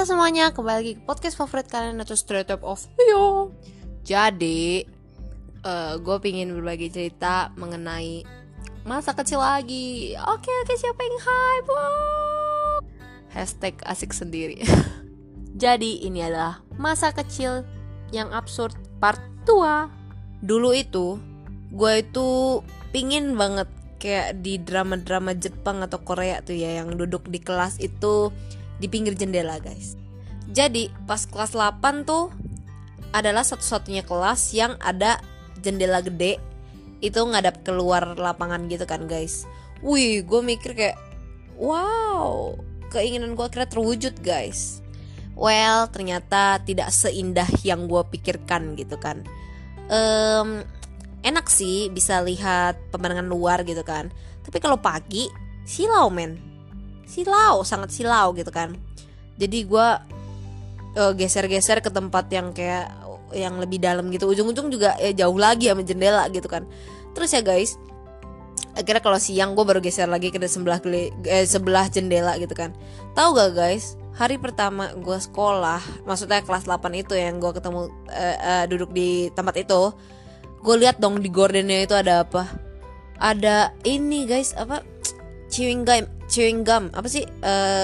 Halo semuanya, kembali lagi ke podcast favorit kalian atau Straight Up of Yo. Jadi, gue pingin berbagi cerita mengenai masa kecil lagi. Oke, siapa yang hype? Wow. Hashtag asik sendiri. Jadi, ini adalah masa kecil yang absurd part 2. Dulu itu, gue itu pingin banget kayak di drama-drama Jepang atau Korea tuh ya, yang duduk di kelas itu di pinggir jendela guys. Jadi pas kelas 8 tuh adalah satu-satunya kelas yang ada jendela gede itu ngadap keluar lapangan gitu kan guys. Wih, gue mikir kayak wow, keinginan gue akhirnya terwujud guys. Well, ternyata tidak seindah yang gue pikirkan gitu kan. Enak sih bisa lihat pemandangan luar gitu kan. Tapi kalau pagi silau men. Sangat silau gitu kan. Jadi gue geser-geser ke tempat yang kayak yang lebih dalam gitu. Ujung-ujung juga jauh lagi sama jendela gitu kan. Terus ya guys, akhirnya kalau siang gue baru geser lagi ke sebelah jendela gitu kan. Tahu gak guys, hari pertama gue sekolah, maksudnya kelas 8 itu yang gue ketemu duduk di tempat itu, gue lihat dong di gordennya itu ada apa? Ada ini guys, apa? Chewing gum apa sih,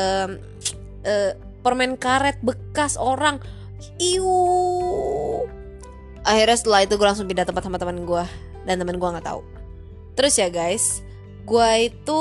permen karet bekas orang. Akhirnya setelah itu gue langsung pindah tempat sama teman gue, dan teman gue nggak tahu. Terus ya guys, gue itu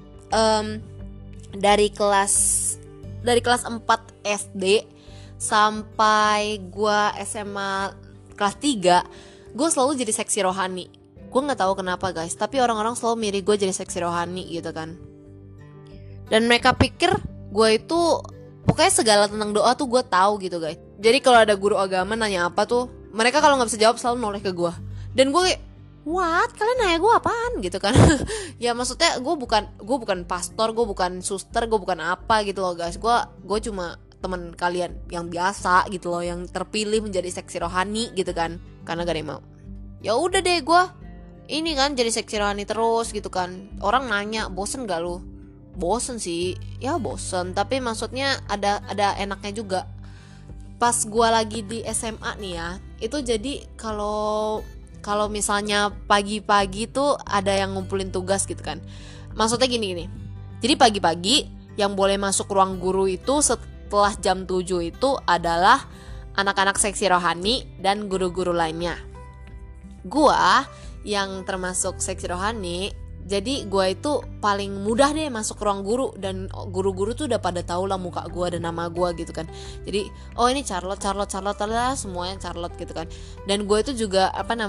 dari kelas 4 SD sampai gue SMA kelas 3 gue selalu jadi seksi rohani. Gue gak tahu kenapa guys, tapi orang-orang selalu mirip gue jadi seksi rohani gitu kan. Dan mereka pikir gue itu pokoknya segala tentang doa tuh gue tahu gitu guys. Jadi kalau ada guru agama nanya apa tuh, mereka kalau gak bisa jawab selalu noleh ke gue. Dan gue kayak, what? Kalian nanya gue apaan gitu kan. Ya maksudnya gue bukan pastor, gue bukan suster, gue bukan apa gitu loh guys. Gue cuma teman kalian yang biasa gitu loh, yang terpilih menjadi seksi rohani gitu kan. Karena gak ada yang mau. Ya udah deh, gue ini kan jadi seksi rohani terus gitu kan. Orang nanya, bosen gak lu? Bosen sih, ya bosen. Tapi maksudnya ada enaknya juga. Pas gue lagi di SMA nih ya, itu jadi kalau misalnya pagi-pagi tuh ada yang ngumpulin tugas gitu kan. Maksudnya gini. Jadi pagi-pagi yang boleh masuk ruang guru itu setelah jam 7 itu adalah anak-anak seksi rohani dan guru-guru lainnya. Gua yang termasuk seksi rohani, jadi gua itu paling mudah deh masuk ruang guru, dan guru-guru tuh udah pada tahu lah muka gua dan nama gua gitu kan. Jadi oh ini Charlotte lah, semuanya Charlotte gitu kan. Dan gua itu juga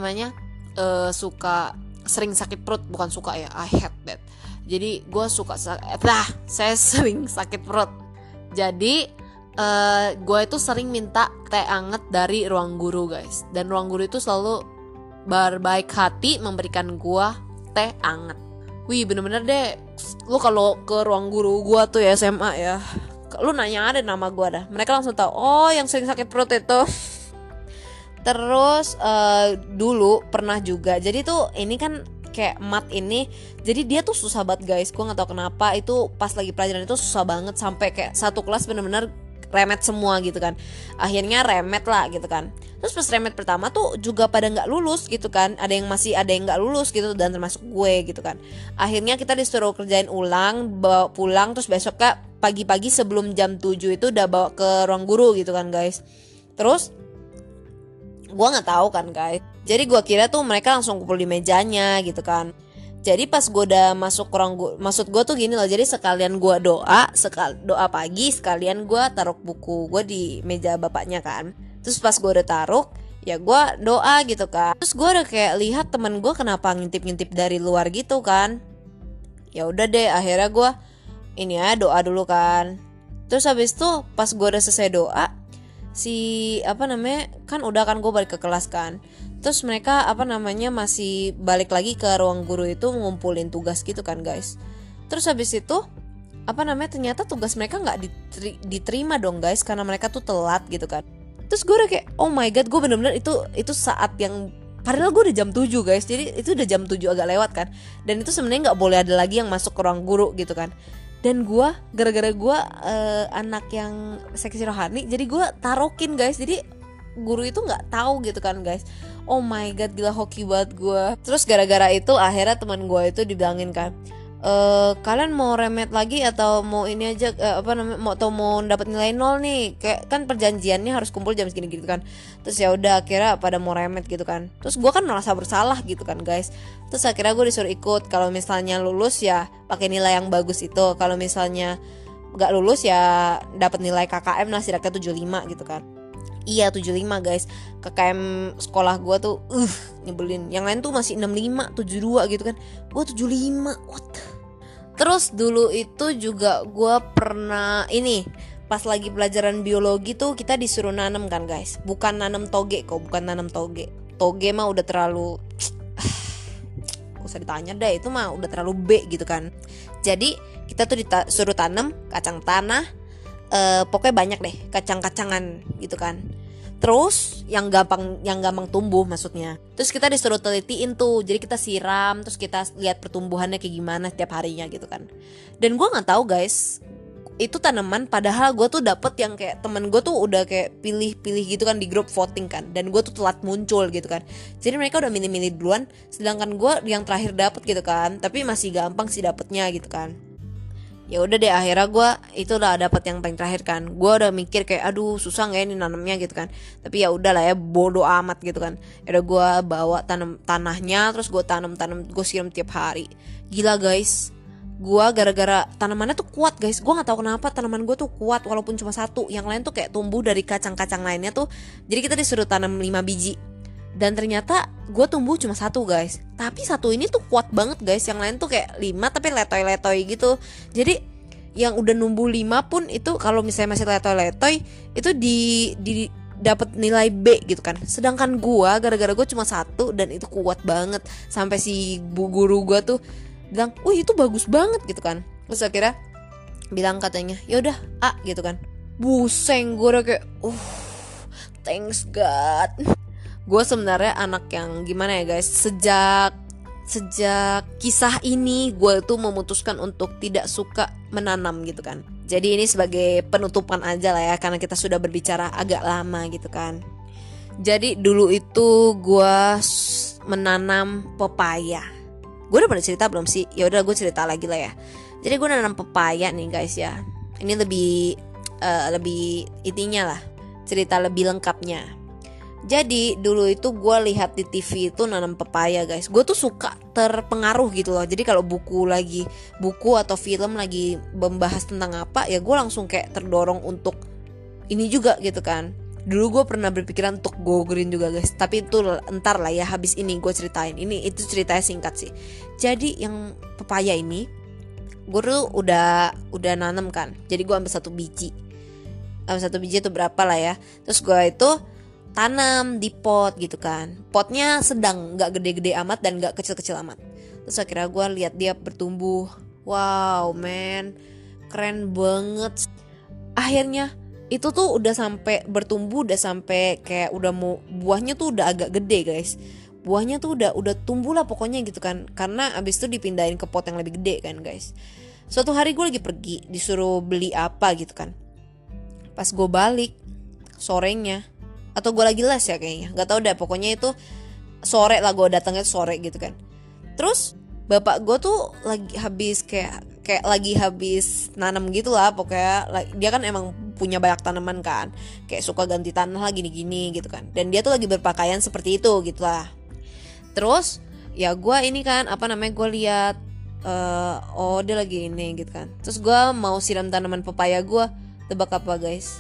suka sering sakit perut, bukan suka ya, I hate that. Jadi gua saya sering sakit perut. Jadi gue itu sering minta teh anget dari ruang guru guys. Dan ruang guru itu selalu berbaik hati memberikan gue teh anget. Wih bener-bener deh, lu kalau ke ruang guru gue tuh ya SMA ya, lu nanya ada nama gue dah, mereka langsung tahu, oh yang sering sakit perut itu. Terus dulu pernah juga, jadi tuh ini kan kayak mat ini, jadi dia tuh susah banget guys. Gue nggak tahu kenapa itu pas lagi pelajaran itu susah banget, sampai kayak satu kelas bener-bener remet semua gitu kan. Akhirnya remet lah gitu kan. Terus pas remet pertama tuh juga pada nggak lulus gitu kan. Ada yang nggak lulus gitu, dan termasuk gue gitu kan. Akhirnya kita disuruh kerjain ulang, bawa pulang. Terus besok kak pagi-pagi sebelum jam 7 itu udah bawa ke ruang guru gitu kan guys. Terus gue nggak tahu kan guys. Jadi gue kira tuh mereka langsung kumpul di mejanya gitu kan. Jadi pas gue udah masuk ruang guru, maksud gue tuh gini loh. Jadi sekalian gue doa pagi, sekalian gue taruh buku gue di meja bapaknya kan. Terus pas gue udah taruh, ya gue doa gitu kan. Terus gue udah kayak lihat temen gue kenapa ngintip-ngintip dari luar gitu kan. Ya udah deh, akhirnya gue ini ya doa dulu kan. Terus habis itu pas gue udah selesai doa, kan udah kan gue balik ke kelas kan. Terus mereka masih balik lagi ke ruang guru itu ngumpulin tugas gitu kan guys. Terus habis itu ternyata tugas mereka nggak diterima dong guys, karena mereka tuh telat gitu kan. Terus gue udah kayak oh my god, gue bener-bener itu saat yang padahal gue udah jam 7 guys. Jadi itu udah jam 7 agak lewat kan. Dan itu sebenarnya nggak boleh ada lagi yang masuk ke ruang guru gitu kan. Dan gue gara-gara gue anak yang seksi rohani, jadi gue tarukin guys, jadi guru itu nggak tahu gitu kan guys. Oh my god, gila hoki banget gue. Terus gara-gara itu akhirnya teman gue itu dibilangin kan, kalian mau remet lagi atau mau ini aja, mau dapat nilai nol nih, kayak kan perjanjiannya harus kumpul jam segini gitu kan. Terus ya udah akhirnya pada mau remet gitu kan. Terus gue kan merasa bersalah gitu kan guys. Terus akhirnya gue disuruh ikut, kalau misalnya lulus ya pakai nilai yang bagus itu, kalau misalnya nggak lulus ya dapat nilai KKM lah setidaknya 75 gitu kan. Iya 75 guys. KKM sekolah gue tuh nyebelin. Yang lain tuh masih 65, 72 gitu kan. Gue 75. What? Terus dulu itu juga gue pernah ini, pas lagi pelajaran biologi tuh kita disuruh nanam kan guys. Bukan nanam toge kok, bukan nanam toge. Toge mah udah terlalu gak usah ditanya deh, itu mah udah terlalu B gitu kan. Jadi kita tuh disuruh tanam kacang tanah, pokoknya banyak deh kacang-kacangan gitu kan. Terus yang gampang tumbuh maksudnya. Terus kita disuruh telitiin tuh. Jadi kita siram, terus kita lihat pertumbuhannya kayak gimana setiap harinya gitu kan. Dan gue nggak tahu guys, itu tanaman, padahal gue tuh dapet yang kayak temen gue tuh udah kayak pilih-pilih gitu kan di grup voting kan. Dan gue tuh telat muncul gitu kan. Jadi mereka udah milih-milih duluan, sedangkan gue yang terakhir dapet gitu kan. Tapi masih gampang sih dapetnya gitu kan. Ya udah deh, akhirnya gue itu udah dapet yang paling terakhir kan. Gue udah mikir kayak aduh susah nggak ini nanamnya gitu kan. Tapi ya udah lah ya, bodo amat gitu kan. Ya udah gue bawa tanahnya, terus gue tanam, gue siram tiap hari. Gila guys, gue gara-gara tanamannya tuh kuat guys. Gue nggak tahu kenapa tanaman gue tuh kuat walaupun cuma satu. Yang lain tuh kayak tumbuh dari kacang-kacang lainnya tuh. Jadi kita disuruh tanam 5 biji. Dan ternyata gue tumbuh cuma satu guys. Tapi satu ini tuh kuat banget guys. Yang lain tuh kayak 5 tapi letoy-letoy gitu. Jadi yang udah numbuh 5 pun itu kalau misalnya masih letoy-letoy, itu di dapat nilai B gitu kan. Sedangkan gue gara-gara gue cuma satu dan itu kuat banget. Sampai si bu guru gue tuh bilang, "Wih, itu bagus banget" gitu kan. Terus akhirnya bilang katanya, "Yaudah A" gitu kan. Buseng, gue udah kayak thanks God. Gue sebenarnya anak yang gimana ya guys, sejak kisah ini gue tuh memutuskan untuk tidak suka menanam gitu kan. Jadi ini sebagai penutupan aja lah ya, karena kita sudah berbicara agak lama gitu kan. Jadi dulu itu gue menanam pepaya. Gue udah pernah cerita belum sih? Ya udah gue cerita lagi lah ya. Jadi gue nanam pepaya nih guys ya. Ini lebih intinya lah, cerita lebih lengkapnya. Jadi dulu itu gue lihat di TV itu nanam pepaya guys. Gue tuh suka terpengaruh gitu loh. Jadi kalau buku atau film lagi membahas tentang apa, ya gue langsung kayak terdorong untuk ini juga gitu kan. Dulu gue pernah berpikiran untuk go green juga guys. Tapi itu entar lah ya, habis ini gue ceritain. Itu ceritanya singkat sih. Jadi yang pepaya ini gue tuh udah nanam kan. Jadi gue ambil satu biji itu berapa lah ya. Terus gue itu tanam di pot gitu kan. Potnya sedang, gak gede-gede amat dan gak kecil-kecil amat. Terus akhirnya gue lihat dia bertumbuh. Wow man, keren banget. Akhirnya itu tuh udah sampai bertumbuh, udah sampai kayak udah mau, buahnya tuh udah agak gede guys. Buahnya tuh udah tumbuh lah pokoknya gitu kan. Karena abis itu dipindahin ke pot yang lebih gede kan guys. Suatu hari gue lagi pergi, disuruh beli apa gitu kan. Pas gue balik sorenya, atau gue lagi les ya kayaknya, nggak tahu deh, pokoknya itu sore lah, gue datangnya sore gitu kan. Terus bapak gue tuh lagi habis kayak lagi habis nanam gitu lah pokoknya. Dia kan emang punya banyak tanaman kan, kayak suka ganti tanah lah gini-gini gitu kan. Dan dia tuh lagi berpakaian seperti itu gitu lah. Terus ya gue ini kan gue lihat oh dia lagi ini gitu kan. Terus gue mau siram tanaman pepaya gue, tebak apa guys?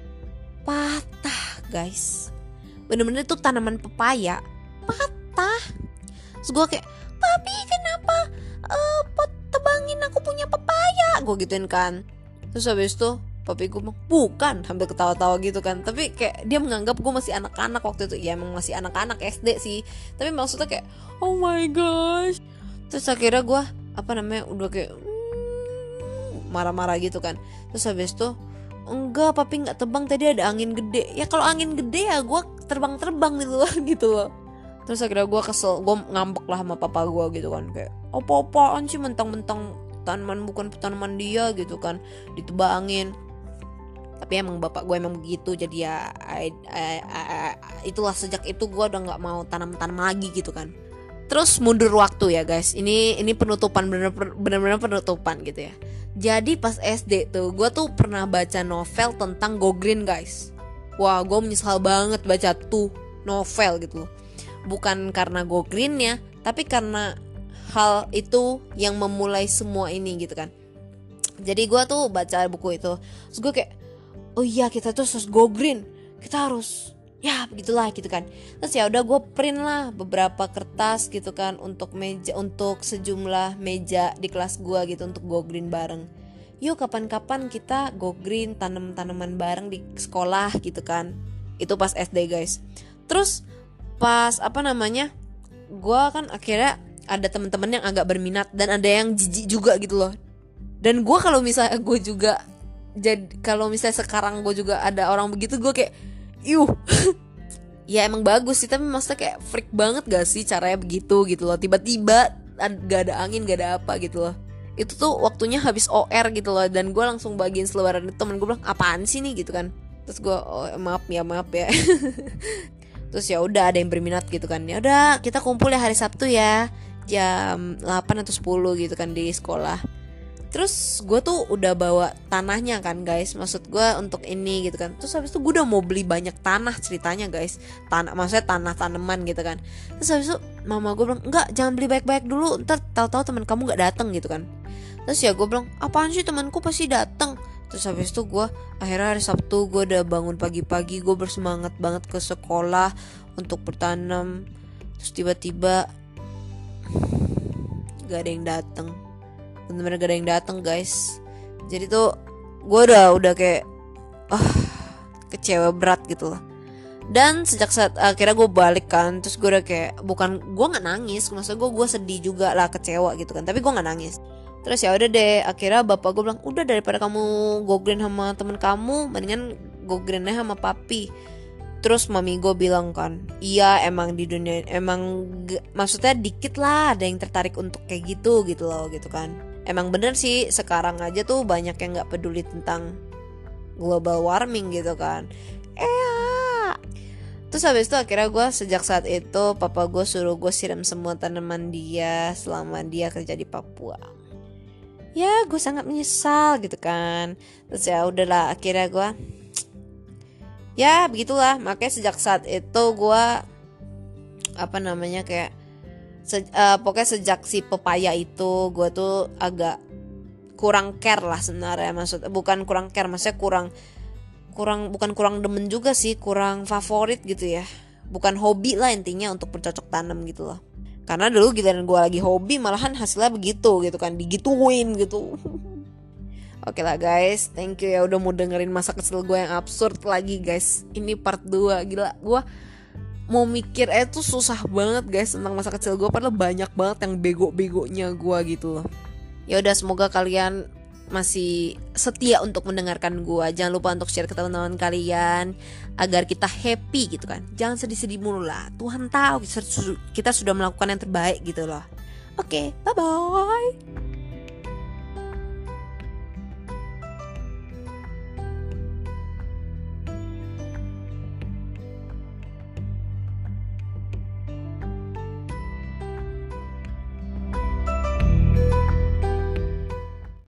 Patah guys, bener-bener tuh tanaman pepaya patah. Terus gue kayak, "Papi kenapa pot tebangin aku punya pepaya?" Gue gituin kan. Terus habis itu papi gue bilang, "Bukan," sambil ketawa-tawa gitu kan. Tapi kayak dia menganggap gue masih anak-anak waktu itu. Ya emang masih anak-anak SD sih, tapi maksudnya kayak oh my gosh. Terus akhirnya gue udah kayak marah-marah gitu kan. Terus habis itu, "Enggak papi gak tebang, tadi ada angin gede." Ya kalau angin gede ya gue terbang-terbang di luar gitu loh. Terus akhirnya gue kesel, gue ngambek lah sama papa gue gitu kan. Kayak apa-apaan sih mentang-mentang tanaman bukan tanaman dia gitu kan, ditebangin. Tapi emang bapak gue emang begitu, jadi ya itulah, sejak itu gue udah nggak mau tanam lagi gitu kan. Terus mundur waktu ya guys, ini penutupan, bener-bener penutupan gitu ya. Jadi pas SD tuh gue tuh pernah baca novel tentang Go Green guys. Wah, gue menyesal banget baca tuh novel gitu loh. Bukan karena Go Green-nya, tapi karena hal itu yang memulai semua ini gitu kan. Jadi gue tuh baca buku itu, terus gue kayak, oh iya kita tuh harus go green, kita harus ya begitulah gitu kan. Terus ya udah gue print lah beberapa kertas gitu kan untuk meja, untuk sejumlah meja di kelas gue gitu untuk go green bareng. Yuk kapan-kapan kita go green, tanam tanaman bareng di sekolah gitu kan. Itu pas SD guys. Terus pas gue kan akhirnya ada teman-teman yang agak berminat dan ada yang jijik juga gitu loh. Dan gue kalau misalnya gue juga jadi, kalau misalnya sekarang gue juga ada orang begitu, gue kayak ya emang bagus sih, tapi maksudnya kayak freak banget gak sih caranya begitu gitu loh. Tiba-tiba gak ada angin, gak ada apa gitu loh. Itu tuh waktunya habis OR gitu loh, dan gue langsung bagiin selebaran itu. Temen gue bilang apaan sih nih gitu kan. Terus gue maaf ya Terus ya udah ada yang berminat gitu kan. Ya udah kita kumpul ya hari Sabtu ya jam 8 atau 10 gitu kan di sekolah. Terus gue tuh udah bawa tanahnya kan guys, maksud gue untuk ini gitu kan. Terus habis itu gue udah mau beli banyak tanah ceritanya guys, maksudnya tanah tanaman gitu kan. Terus habis itu mama gue bilang enggak, jangan beli banyak-banyak dulu, ntar tahu-tahu teman kamu nggak datang gitu kan. Terus ya gue bilang apaan sih, temanku pasti datang. Terus habis itu gue akhirnya hari Sabtu gue udah bangun pagi-pagi, gue bersemangat banget ke sekolah untuk bertanam. Terus tiba-tiba gak ada yang datang, bener-bener gak ada yang datang guys. Jadi tuh gue udah kayak kecewa berat gitu lah. Dan sejak saat akhirnya gue balik kan, terus gue udah kayak, bukan gue nggak nangis, maksudnya gue sedih juga lah, kecewa gitu kan, tapi gue nggak nangis. Terus ya udah deh, akhirnya bapak gue bilang udah, daripada kamu go green sama temen kamu, mendingan go greennya sama papi. Terus mami gue bilang kan, iya emang di dunia emang maksudnya dikit lah ada yang tertarik untuk kayak gitu loh gitu kan. Emang bener sih sekarang aja tuh banyak yang gak peduli tentang global warming gitu kan. Terus habis itu akhirnya gue sejak saat itu papa gue suruh gue siram semua tanaman dia selama dia kerja di Papua. Ya gue sangat menyesal gitu kan. Terus ya udahlah akhirnya gue, ya begitulah. Makanya sejak saat itu gue kayak pokoknya sejak si pepaya itu gue tuh agak kurang care lah sebenarnya. Maksudnya bukan kurang care, maksudnya bukan kurang demen juga sih, kurang favorit gitu ya. Bukan hobi lah intinya untuk bercocok tanam gitu loh. Karena dulu giliran gue lagi hobi malahan hasilnya begitu gitu kan, digituin gitu. Oke lah guys, thank you ya udah mau dengerin masa kecil gue yang absurd lagi guys. Ini part 2, gila gue mau mikir tuh susah banget guys tentang masa kecil gue, padahal banyak banget yang bego-begonya gue gitu loh. Ya udah, semoga kalian masih setia untuk mendengarkan gue. Jangan lupa untuk share ke teman-teman kalian agar kita happy gitu kan. Jangan sedih-sedih mulu lah. Tuhan tahu kita sudah melakukan yang terbaik gitu loh. Oke, bye-bye.